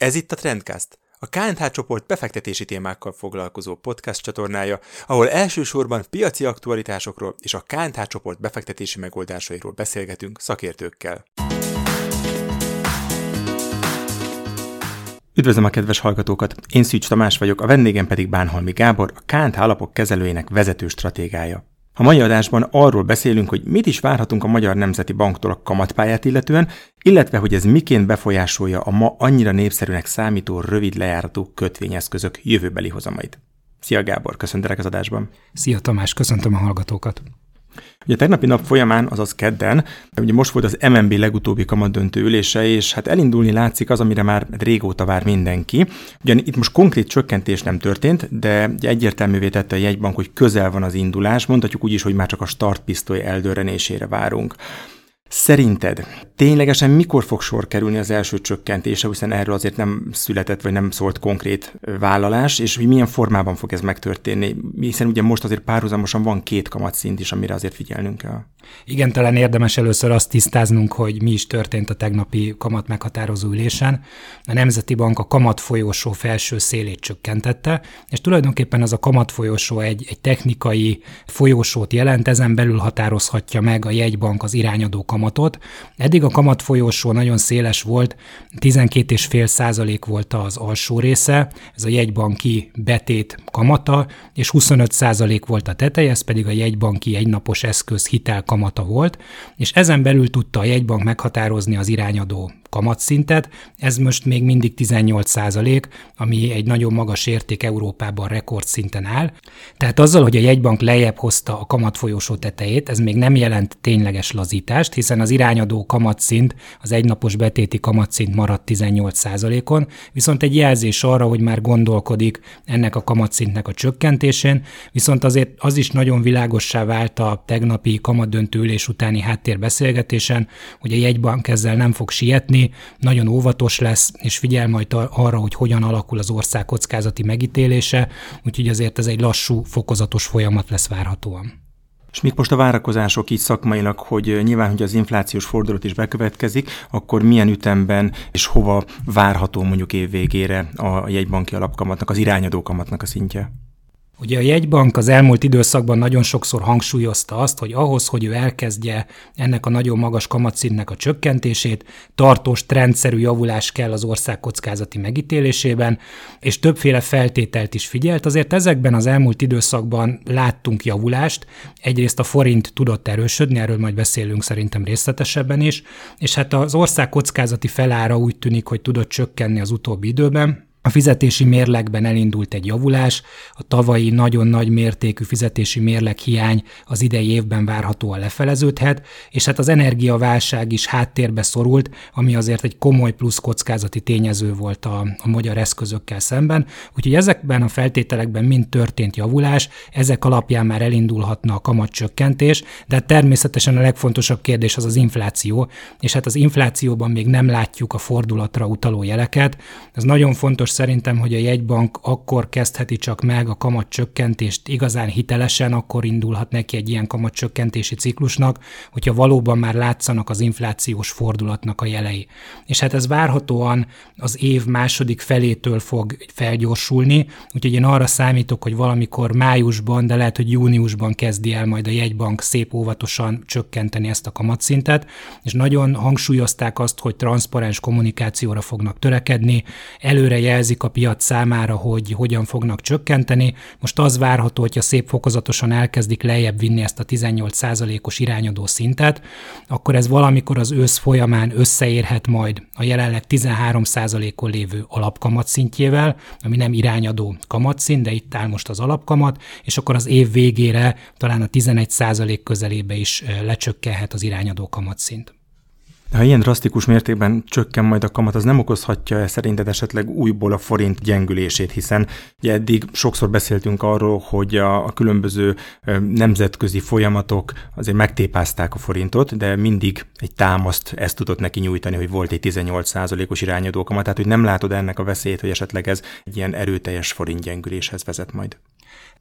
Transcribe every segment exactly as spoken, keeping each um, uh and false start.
Ez itt a Trendcast, a ká end há csoport befektetési témákkal foglalkozó podcast csatornája, ahol elsősorban piaci aktualitásokról és a ká end há csoport befektetési megoldásairól beszélgetünk szakértőkkel. Üdvözlöm a kedves hallgatókat! Én Szűcs Tamás vagyok, a vendégem pedig Bánhalmi Gábor, a ká end há alapok kezelőjének vezető stratégája. A mai adásban arról beszélünk, hogy mit is várhatunk a Magyar Nemzeti Banktól a kamatpályát illetően, illetve hogy ez miként befolyásolja a ma annyira népszerűnek számító rövid lejáratú kötvényeszközök jövőbeli hozamait. Szia Gábor, köszöntelek az adásban. Szia Tamás, köszöntöm a hallgatókat. Ugye a tegnapi nap folyamán, azaz kedden, ugye most volt az em en bé legutóbbi kamatdöntő ülése, és hát elindulni látszik az, amire már régóta vár mindenki. Ugyan itt most konkrét csökkentés nem történt, de egyértelművé tette a jegybank, hogy közel van az indulás, mondhatjuk úgy is, hogy már csak a startpisztoly eldörrenésére várunk. Szerinted ténylegesen mikor fog sor kerülni az első csökkentése, hiszen erről azért nem született, vagy nem szólt konkrét vállalás, és hogy milyen formában fog ez megtörténni, hiszen ugye most azért párhuzamosan van két kamatszint is, amire azért figyelnünk kell. Igen, talán érdemes először azt tisztáznunk, hogy mi is történt a tegnapi kamat meghatározó ülésen. A Nemzeti Bank a kamatfolyósó felső szélét csökkentette, és tulajdonképpen az a kamatfolyósó egy, egy technikai folyósót jelent, ezen belül határozhatja meg a jegybank az irányadó kamatot. Eddig a kamatfolyósó nagyon széles volt, tizenkét egész öt százalék volt az alsó része, ez a jegybanki betét kamata, és huszonöt százalék volt a teteje, ez pedig a jegybanki egynapos eszköz hitel kamata volt, és ezen belül tudta a jegybank meghatározni az irányadó kamatszintet, ez most még mindig tizennyolc százalék, ami egy nagyon magas érték, Európában rekordszinten áll. Tehát azzal, hogy a jegybank lejjebb hozta a kamatfolyósó tetejét, ez még nem jelent tényleges lazítást, hiszen az irányadó kamatszint, az egynapos betéti kamatszint maradt tizennyolc százalékon, viszont egy jelzés arra, hogy már gondolkodik ennek a kamatszintnek a csökkentésén, viszont azért az is nagyon világossá vált a tegnapi kamatdöntő ülés utáni háttérbeszélgetésen, hogy a jegybank ezzel nem fog sietni, nagyon óvatos lesz, és figyel majd arra, hogy hogyan alakul az ország kockázati megítélése, úgyhogy azért ez egy lassú, fokozatos folyamat lesz várhatóan. És mik most a várakozások így szakmailag, hogy nyilván, hogy az inflációs fordulat is bekövetkezik, akkor milyen ütemben és hova várható mondjuk év végére a jegybanki alapkamatnak, az irányadó kamatnak a szintje? Ugye a jegybank az elmúlt időszakban nagyon sokszor hangsúlyozta azt, hogy ahhoz, hogy ő elkezdje ennek a nagyon magas kamatszintnek a csökkentését, tartós, trendszerű javulás kell az ország kockázati megítélésében, és többféle feltételt is figyelt. Azért ezekben az elmúlt időszakban láttunk javulást, egyrészt a forint tudott erősödni, erről majd beszélünk szerintem részletesebben is, és hát az ország kockázati felára úgy tűnik, hogy tudott csökkenni az utóbbi időben. A fizetési mérlegben elindult egy javulás, a tavalyi nagyon nagy mértékű fizetési mérleg hiány az idei évben várhatóan lefeleződhet, és hát az energiaválság is háttérbe szorult, ami azért egy komoly plusz kockázati tényező volt a, a magyar eszközökkel szemben. Úgyhogy ezekben a feltételekben mind történt javulás, ezek alapján már elindulhatna a kamatcsökkentés, de természetesen a legfontosabb kérdés az az infláció, és hát az inflációban még nem látjuk a fordulatra utaló jeleket. Ez nagyon fontos szerintem, hogy a jegybank akkor kezdheti csak meg a kamatcsökkentést igazán hitelesen, akkor indulhat neki egy ilyen kamatcsökkentési ciklusnak, hogyha valóban már látszanak az inflációs fordulatnak a jelei. És hát ez várhatóan az év második felétől fog felgyorsulni, úgyhogy én arra számítok, hogy valamikor májusban, de lehet, hogy júniusban kezdi el majd a jegybank szép óvatosan csökkenteni ezt a kamatszintet, és nagyon hangsúlyozták azt, hogy transzparens kommunikációra fognak törekedni, előre jelzik a piac számára, hogy hogyan fognak csökkenteni. Most az várható, hogyha szép fokozatosan elkezdik lejjebb vinni ezt a tizennyolc százalékos irányadó szintet, akkor ez valamikor az ősz folyamán összeérhet majd a jelenleg tizenhárom százalékon lévő alapkamat szintjével, ami nem irányadó kamatszint, de itt áll most az alapkamat, és akkor az év végére talán a tizenegy százalék közelébe is lecsökkenhet az irányadó kamatszint. De ha ilyen drasztikus mértékben csökken majd a kamat, az nem okozhatja szerinted esetleg újból a forint gyengülését, hiszen ugye eddig sokszor beszéltünk arról, hogy a, a különböző nemzetközi folyamatok azért megtépázták a forintot, de mindig egy támaszt ezt tudott neki nyújtani, hogy volt egy tizennyolc százalékos irányadó kamat, tehát hogy nem látod ennek a veszélyt, hogy esetleg ez egy ilyen erőteljes forint gyengüléshez vezet majd.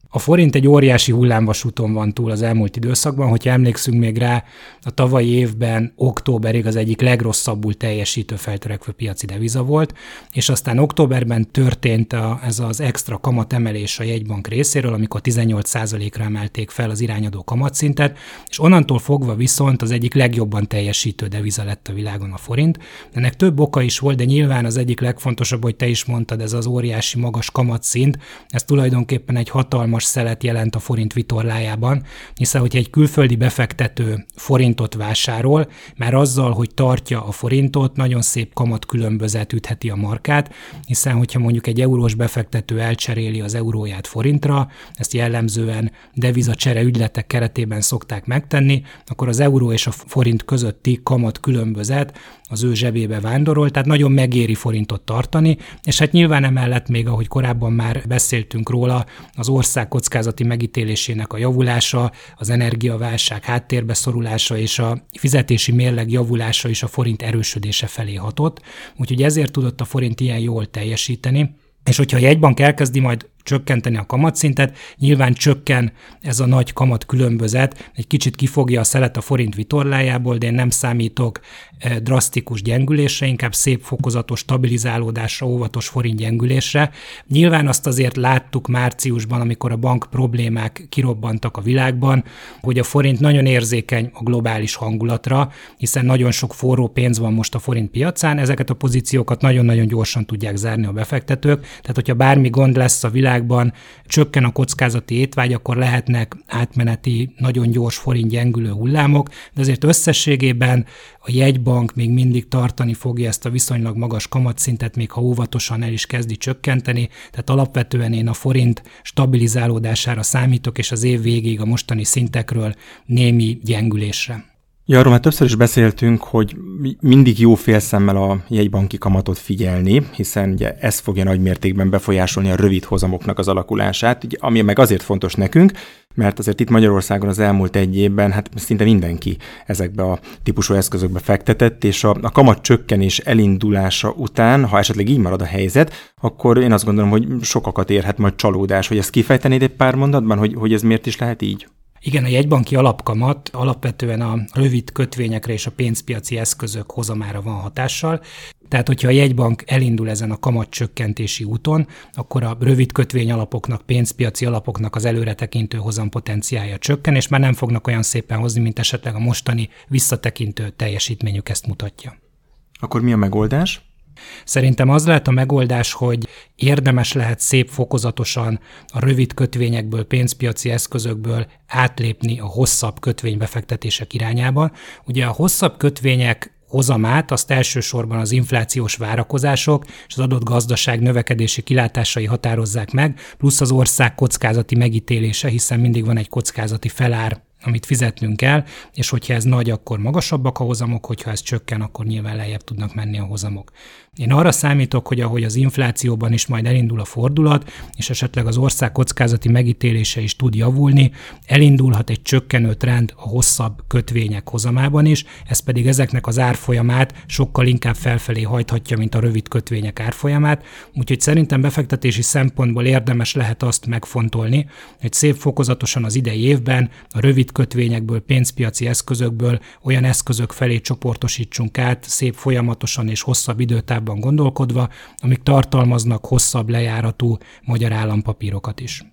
A forint egy óriási hullámvasúton van túl az elmúlt időszakban, hogyha emlékszünk még rá, a tavalyi évben októberig az egyik legrosszabbul teljesítő feltörekvő piaci deviza volt, és aztán októberben történt a, ez az extra kamatemelés a jegybank részéről, amikor tizennyolc százalékra emelték fel az irányadó kamatszintet, és onnantól fogva viszont az egyik legjobban teljesítő deviza lett a világon a forint. Ennek több oka is volt, de nyilván az egyik legfontosabb, hogy te is mondtad, ez az óriási magas kamatszint, ez tulajdonképpen egy hatalmas szelet jelent a forint vitorlájában, hiszen hogyha egy külföldi befektető forintot vásárol, már azzal, hogy tartja a forintot, nagyon szép kamatkülönbözet ütheti a markát, hiszen hogyha mondjuk egy eurós befektető elcseréli az euróját forintra, ezt jellemzően devizacsere ügyletek keretében szokták megtenni, akkor az euró és a forint közötti kamatkülönbözet az ő zsebébe vándorol, tehát nagyon megéri forintot tartani, és hát nyilván emellett még, ahogy korábban már beszéltünk róla, az ország kockázati megítélésének a javulása, az energiaválság háttérbe szorulása és a fizetési mérleg javulása is a forint erősödése felé hatott, úgyhogy ezért tudott a forint ilyen jól teljesíteni. És hogyha a jegybank elkezdi majd csökkenteni a kamatszintet, nyilván csökken ez a nagy kamat különbözet, egy kicsit kifogja a szelet a forint vitorlájából, de én nem számítok drasztikus gyengülésre, inkább szép fokozatos stabilizálódásra, óvatos forint gyengülésre. Nyilván azt azért láttuk márciusban, amikor a bank problémák kirobbantak a világban, hogy a forint nagyon érzékeny a globális hangulatra, hiszen nagyon sok forró pénz van most a forint piacán, ezeket a pozíciókat nagyon-nagyon gyorsan tudják zárni a befektetők, tehát hogyha bármi gond lesz a világban, csökken a kockázati étvágy, akkor lehetnek átmeneti, nagyon gyors forint gyengülő hullámok, de azért összességében a jegybank még mindig tartani fogja ezt a viszonylag magas kamatszintet, még ha óvatosan el is kezdi csökkenteni, tehát alapvetően én a forint stabilizálódására számítok, és az év végéig a mostani szintekről némi gyengülésre. Ja, arról már többször is beszéltünk, hogy mindig jó félszemmel a jegybanki kamatot figyelni, hiszen ugye ez fogja nagy mértékben befolyásolni a rövid hozamoknak az alakulását, ugye, ami meg azért fontos nekünk, mert azért itt Magyarországon az elmúlt egy évben hát szinte mindenki ezekbe a típusú eszközökbe fektetett, és a, a kamat csökkenés elindulása után, ha esetleg így marad a helyzet, akkor én azt gondolom, hogy sokakat érhet majd csalódás, hogy ezt kifejtenéd egy pár mondatban, hogy, hogy ez miért is lehet így? Igen, a jegybanki alapkamat alapvetően a rövid kötvényekre és a pénzpiaci eszközök hozamára van hatással. Tehát, hogyha a jegybank elindul ezen a kamatcsökkentési úton, akkor a rövid kötvény alapoknak, pénzpiaci alapoknak az előretekintő hozampotenciálja csökken, és már nem fognak olyan szépen hozni, mint esetleg a mostani visszatekintő teljesítményük ezt mutatja. Akkor mi a megoldás? Szerintem az lehet a megoldás, hogy érdemes lehet szép fokozatosan a rövid kötvényekből, pénzpiaci eszközökből átlépni a hosszabb kötvénybefektetések irányába. Ugye a hosszabb kötvények hozamát azt elsősorban az inflációs várakozások és az adott gazdaság növekedési kilátásai határozzák meg, plusz az ország kockázati megítélése, hiszen mindig van egy kockázati felár, amit fizetnünk kell, és hogyha ez nagy, akkor magasabbak a hozamok, hogyha ez csökken, akkor nyilván lejjebb tudnak menni a hozamok. Én arra számítok, hogy ahogy az inflációban is majd elindul a fordulat, és esetleg az ország kockázati megítélése is tud javulni, elindulhat egy csökkenő trend a hosszabb kötvények hozamában is, ez pedig ezeknek az árfolyamát sokkal inkább felfelé hajthatja, mint a rövid kötvények árfolyamát, úgyhogy szerintem befektetési szempontból érdemes lehet azt megfontolni, hogy szép fokozatosan az idei évben a rövid kötvényekből, pénzpiaci eszközökből olyan eszközök felé csoportosítsunk át, szép folyamatosan és hosszabb időtávban gondolkodva, amik tartalmaznak hosszabb lejáratú magyar állampapírokat is.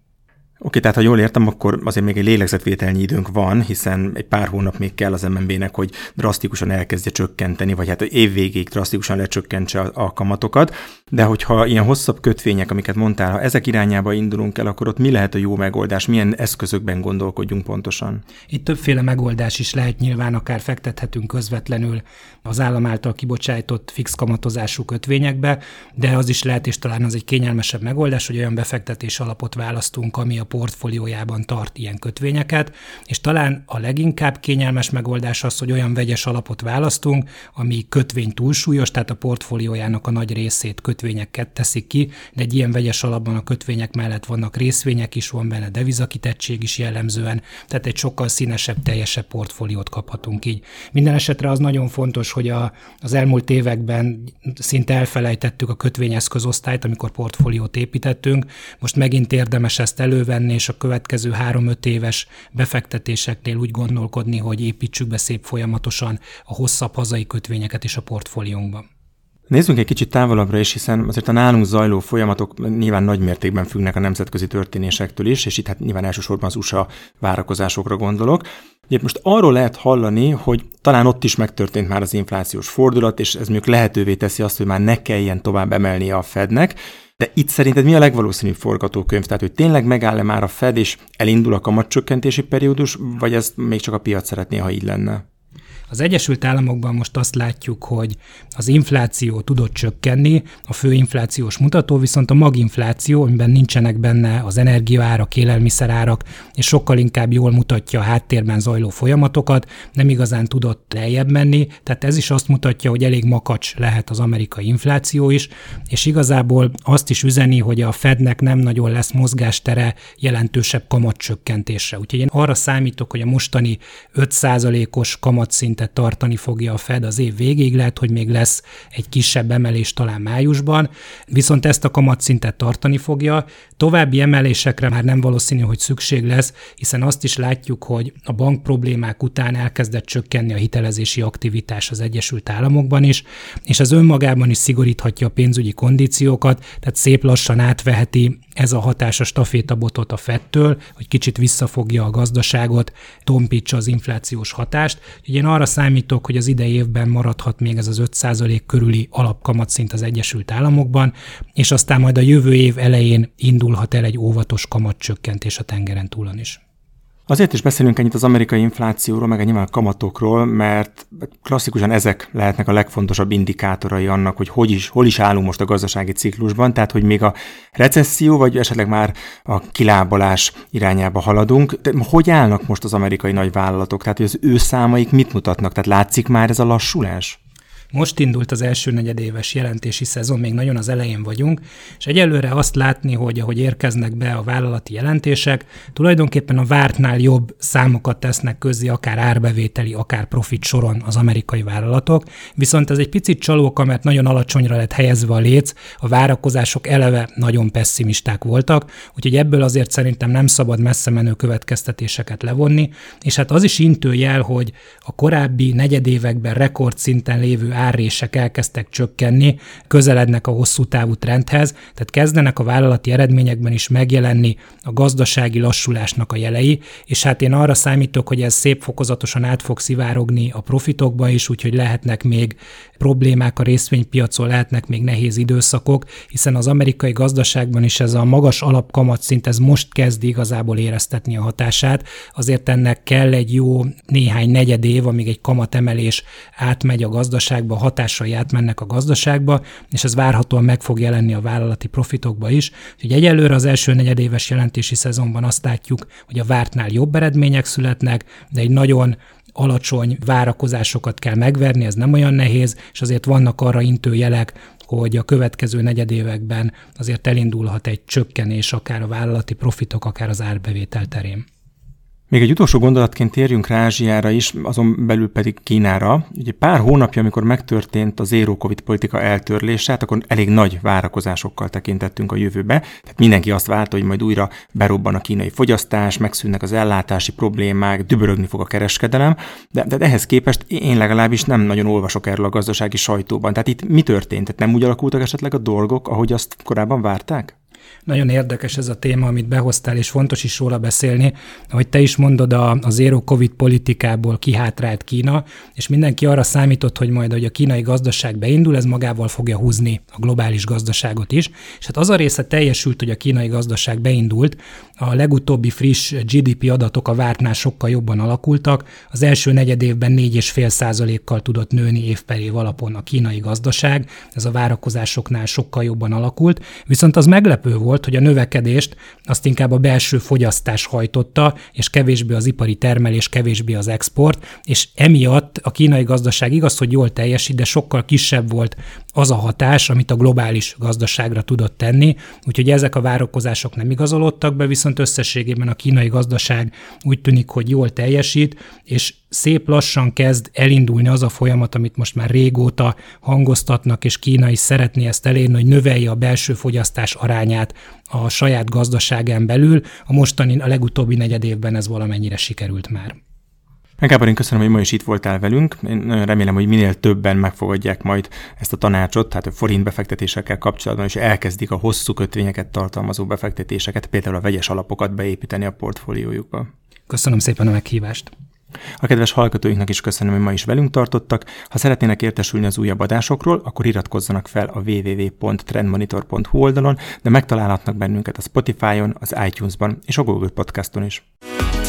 Oké, tehát ha jól értem, akkor azért még egy lélegzetvételnyi időnk van, hiszen egy pár hónap még kell az em en bé-nek, hogy drasztikusan elkezdje csökkenteni, vagy hát év végéig drasztikusan lecsökkentse a kamatokat, de hogyha ilyen hosszabb kötvények, amiket mondtál, ha ezek irányába indulunk el, akkor ott mi lehet a jó megoldás, milyen eszközökben gondolkodjunk pontosan? Itt többféle megoldás is lehet, nyilván akár fektethetünk közvetlenül az állam által kibocsájtott fix kamatozású kötvényekbe, de az is lehet, és talán az egy kényelmesebb megoldás, hogy olyan befektetés alapot választunk, ami a portfóliójában tart ilyen kötvényeket, és talán a leginkább kényelmes megoldás az, hogy olyan vegyes alapot választunk, ami kötvény túlsúlyos, tehát a portfóliójának a nagy részét kötvényeket teszik ki, de egy ilyen vegyes alapban a kötvények mellett vannak részvények is, van benne devizakitettség is jellemzően, tehát egy sokkal színesebb, teljesebb portfóliót kaphatunk így. Minden esetre az nagyon fontos, hogy a, az elmúlt években szinte elfelejtettük a kötvényeszközosztályt, amikor portfóliót építettünk, most megint érdemes ezt elővenni, venni, és a következő három-öt éves befektetéseknél úgy gondolkodni, hogy építsük be szép folyamatosan a hosszabb hazai kötvényeket is a portfóliónkban. Nézzünk egy kicsit távolabbra is, hiszen azért a nálunk zajló folyamatok nyilván nagy mértékben függnek a nemzetközi történésektől is, és itt hát nyilván elsősorban az u es á várakozásokra gondolok. Ugye most arról lehet hallani, hogy talán ott is megtörtént már az inflációs fordulat, és ez mondjuk lehetővé teszi azt, hogy már ne kelljen tovább emelnie a Fednek. De itt szerinted mi a legvalószínűbb forgatókönyv? Tehát, hogy tényleg megáll-e már a Fed, és elindul a kamatcsökkentési periódus, vagy ez még csak a piac szeretné, ha így lenne? Az Egyesült Államokban most azt látjuk, hogy az infláció tudott csökkenni, a fő inflációs mutató, viszont a maginfláció, amiben nincsenek benne az energiaárak, élelmiszerárak, és sokkal inkább jól mutatja a háttérben zajló folyamatokat, nem igazán tudott lejjebb menni, tehát ez is azt mutatja, hogy elég makacs lehet az amerikai infláció is, és igazából azt is üzeni, hogy a Fednek nem nagyon lesz mozgástere jelentősebb kamatcsökkentésre. Úgyhogy én arra számítok, hogy a mostani öt százalékos kamatszintet tartani fogja a Fed az év végéig, lehet, hogy még lesz egy kisebb emelés talán májusban, viszont ezt a kamatszintet tartani fogja. További emelésekre már nem valószínű, hogy szükség lesz, hiszen azt is látjuk, hogy a bank problémák után elkezdett csökkenni a hitelezési aktivitás az Egyesült Államokban is, és ez önmagában is szigoríthatja a pénzügyi kondíciókat, tehát szép lassan átveheti ez a hatás a stafétabotot a Fedtől, hogy kicsit visszafogja a gazdaságot, tompítsa az inflációs hatást. Úgyhogy én arra számítok, hogy az idei évben maradhat még ez az öt százalék körüli alapkamatszint az Egyesült Államokban, és aztán majd a jövő év elején indulhat el egy óvatos kamatcsökkentés a tengeren túlon is. Azért is beszélünk ennyit az amerikai inflációról, meg a nyilván a kamatokról, mert klasszikusan ezek lehetnek a legfontosabb indikátorai annak, hogy, hogy is, hol is állunk most a gazdasági ciklusban, tehát hogy még a recesszió, vagy esetleg már a kilábalás irányába haladunk. De hogy állnak most az amerikai nagyvállalatok? Tehát hogy az ő számaik mit mutatnak? Tehát látszik már ez a lassulás? Most indult az első negyedéves jelentési szezon, még nagyon az elején vagyunk, és egyelőre azt látni, hogy ahogy érkeznek be a vállalati jelentések, tulajdonképpen a vártnál jobb számokat tesznek közzé, akár árbevételi, akár profit soron az amerikai vállalatok, viszont ez egy picit csalóka, mert nagyon alacsonyra lett helyezve a léc, a várakozások eleve nagyon pesszimisták voltak, úgyhogy ebből azért szerintem nem szabad messze menő következtetéseket levonni, és hát az is intőjel, hogy a korábbi negyedévekben rekordszinten lévő árrések elkezdtek csökkenni, közelednek a hosszú távú trendhez, tehát kezdenek a vállalati eredményekben is megjelenni a gazdasági lassulásnak a jelei, és hát én arra számítok, hogy ez szép fokozatosan át fog szivárogni a profitokba is, úgyhogy lehetnek még problémák a részvénypiacon, lehetnek még nehéz időszakok, hiszen az amerikai gazdaságban is ez a magas alapkamatszint, ez most kezdi igazából éreztetni a hatását, azért ennek kell egy jó néhány negyed év, amíg egy kamatemelés átmegy a gazdaságba, hatásai átmennek a gazdaságba, és ez várhatóan meg fog jelenni a vállalati profitokba is. Úgyhogy egyelőre az első negyedéves jelentési szezonban azt látjuk, hogy a vártnál jobb eredmények születnek, de egy nagyon alacsony várakozásokat kell megverni, ez nem olyan nehéz, és azért vannak arra intő jelek, hogy a következő negyedévekben azért elindulhat egy csökkenés akár a vállalati profitok, akár az árbevétel terén. Még egy utolsó gondolatként térjünk rá Ázsiára is, azon belül pedig Kínára. Ugye pár hónapja, amikor megtörtént a zéró covid politika eltörlése, hát akkor elég nagy várakozásokkal tekintettünk a jövőbe. Tehát mindenki azt várta, hogy majd újra berobban a kínai fogyasztás, megszűnnek az ellátási problémák, dübörögni fog a kereskedelem, de, de ehhez képest én legalábbis nem nagyon olvasok erről a gazdasági sajtóban. Tehát itt mi történt? Tehát nem úgy alakultak esetleg a dolgok, ahogy azt korábban várták? Nagyon érdekes ez a téma, amit behoztál, és fontos is róla beszélni. Ahogy te is mondod, a, a zéró covid politikából kihátrált Kína, és mindenki arra számított, hogy majd, hogy a kínai gazdaság beindul, ez magával fogja húzni a globális gazdaságot is. És hát az a része teljesült, hogy a kínai gazdaság beindult, a legutóbbi friss gé dé pé adatok a vártnál sokkal jobban alakultak, az első negyed évben négy egész öt százalékkal tudott nőni év per év alapon a kínai gazdaság, ez a várakozásoknál sokkal jobban alakult, viszont az meglepő volt, hogy a növekedést azt inkább a belső fogyasztás hajtotta, és kevésbé az ipari termelés, kevésbé az export, és emiatt a kínai gazdaság igaz, hogy jól teljesít, de sokkal kisebb volt az a hatás, amit a globális gazdaságra tudott tenni, úgyhogy ezek a várakozások nem igazolódtak be, viszont összességében a kínai gazdaság úgy tűnik, hogy jól teljesít, és szép lassan kezd elindulni az a folyamat, amit most már régóta hangoztatnak, és Kína is szeretné ezt elérni, hogy növelje a belső fogyasztás arányát magát a saját gazdaságán belül. A mostani, a legutóbbi negyed évben ez valamennyire sikerült már. Gábor, én köszönöm, hogy ma is itt voltál velünk. Én remélem, hogy minél többen megfogadják majd ezt a tanácsot, tehát a forint befektetésekkel kapcsolatban, és elkezdik a hosszú kötvényeket tartalmazó befektetéseket, például a vegyes alapokat beépíteni a portfóliójukba. Köszönöm szépen a meghívást. A kedves hallgatóinknak is köszönöm, hogy ma is velünk tartottak. Ha szeretnének értesülni az újabb adásokról, akkor iratkozzanak fel a double-u double-u double-u pont trendmonitor pont hu oldalon, de megtalálhatnak bennünket a Spotify-on, az iTunes-ban és a Google Podcaston is.